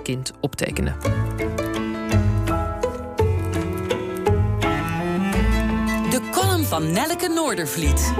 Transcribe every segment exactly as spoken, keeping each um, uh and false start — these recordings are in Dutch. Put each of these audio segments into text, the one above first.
kind optekende. De column van Nelleke Noordervliet.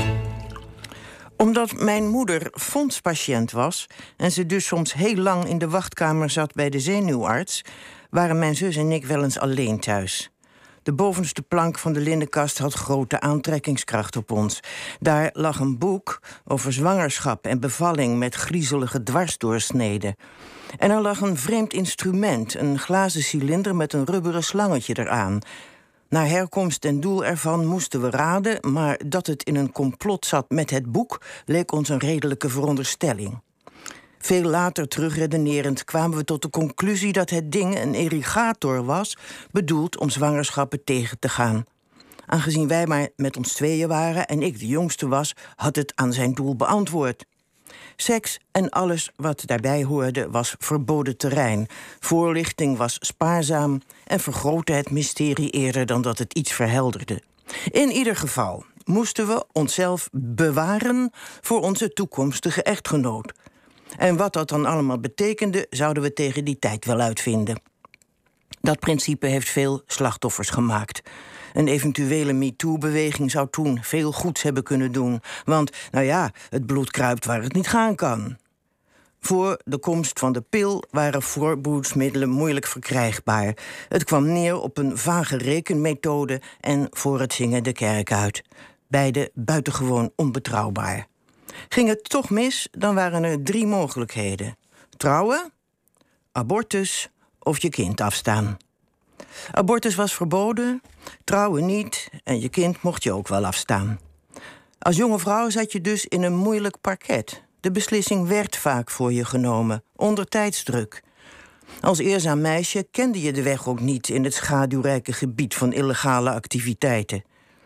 Omdat mijn moeder fondspatiënt was en ze dus soms heel lang in de wachtkamer zat bij de zenuwarts, waren mijn zus en ik wel eens alleen thuis. De bovenste plank van de linnenkast had grote aantrekkingskracht op ons. Daar lag een boek over zwangerschap en bevalling met griezelige dwarsdoorsneden. En er lag een vreemd instrument, een glazen cilinder met een rubberen slangetje eraan. Naar herkomst en doel ervan moesten we raden, maar dat het in een complot zat met het boek leek ons een redelijke veronderstelling. Veel later terugredenerend kwamen we tot de conclusie dat het ding een irrigator was, bedoeld om zwangerschappen tegen te gaan. Aangezien wij maar met ons tweeën waren en ik de jongste was, had het aan zijn doel beantwoord. Seks en alles wat daarbij hoorde was verboden terrein. Voorlichting was spaarzaam en vergrootte het mysterie eerder dan dat het iets verhelderde. In ieder geval moesten we onszelf bewaren voor onze toekomstige echtgenoot. En wat dat dan allemaal betekende, zouden we tegen die tijd wel uitvinden. Dat principe heeft veel slachtoffers gemaakt. Een eventuele MeToo-beweging zou toen veel goeds hebben kunnen doen. Want, nou ja, het bloed kruipt waar het niet gaan kan. Voor de komst van de pil waren voorboedsmiddelen moeilijk verkrijgbaar. Het kwam neer op een vage rekenmethode en voor het zingen de kerk uit. Beide buitengewoon onbetrouwbaar. Ging het toch mis, dan waren er drie mogelijkheden. Trouwen, abortus of je kind afstaan. Abortus was verboden, trouwen niet en je kind mocht je ook wel afstaan. Als jonge vrouw zat je dus in een moeilijk parket. De beslissing werd vaak voor je genomen, onder tijdsdruk. Als eerzaam meisje kende je de weg ook niet in het schaduwrijke gebied van illegale activiteiten.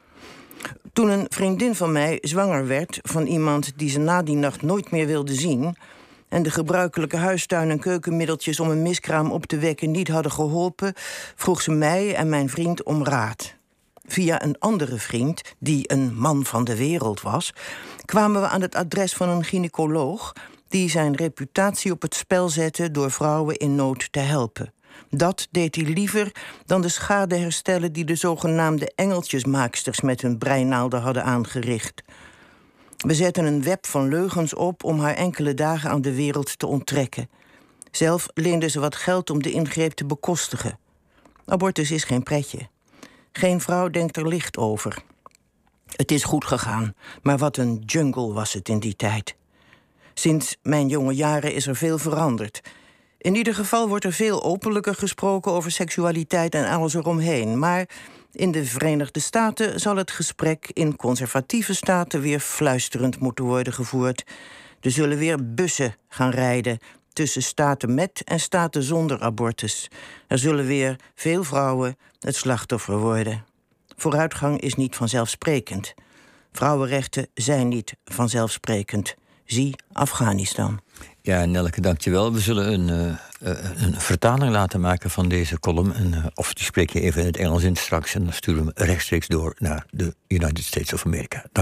Toen een vriendin van mij zwanger werd van iemand die ze na die nacht nooit meer wilde zien en de gebruikelijke huistuin- en keukenmiddeltjes om een miskraam op te wekken niet hadden geholpen, vroeg ze mij en mijn vriend om raad. Via een andere vriend, die een man van de wereld was, kwamen we aan het adres van een gynaecoloog die zijn reputatie op het spel zette door vrouwen in nood te helpen. Dat deed hij liever dan de schade herstellen die de zogenaamde engeltjesmaaksters met hun breinaalden hadden aangericht. We zetten een web van leugens op om haar enkele dagen aan de wereld te onttrekken. Zelf leende ze wat geld om de ingreep te bekostigen. Abortus is geen pretje. Geen vrouw denkt er licht over. Het is goed gegaan, maar wat een jungle was het in die tijd. Sinds mijn jonge jaren is er veel veranderd. In ieder geval wordt er veel openlijker gesproken over seksualiteit en alles eromheen. Maar in de Verenigde Staten zal het gesprek in conservatieve staten weer fluisterend moeten worden gevoerd. Er zullen weer bussen gaan rijden tussen staten met en staten zonder abortus. Er zullen weer veel vrouwen het slachtoffer worden. Vooruitgang is niet vanzelfsprekend. Vrouwenrechten zijn niet vanzelfsprekend. Zie Afghanistan. Ja, Nelleke, dankjewel. We zullen een, uh, een vertaling laten maken van deze column. En, uh, of die spreek je even in het Engels in straks. En dan sturen we hem rechtstreeks door naar de United States of America. Dank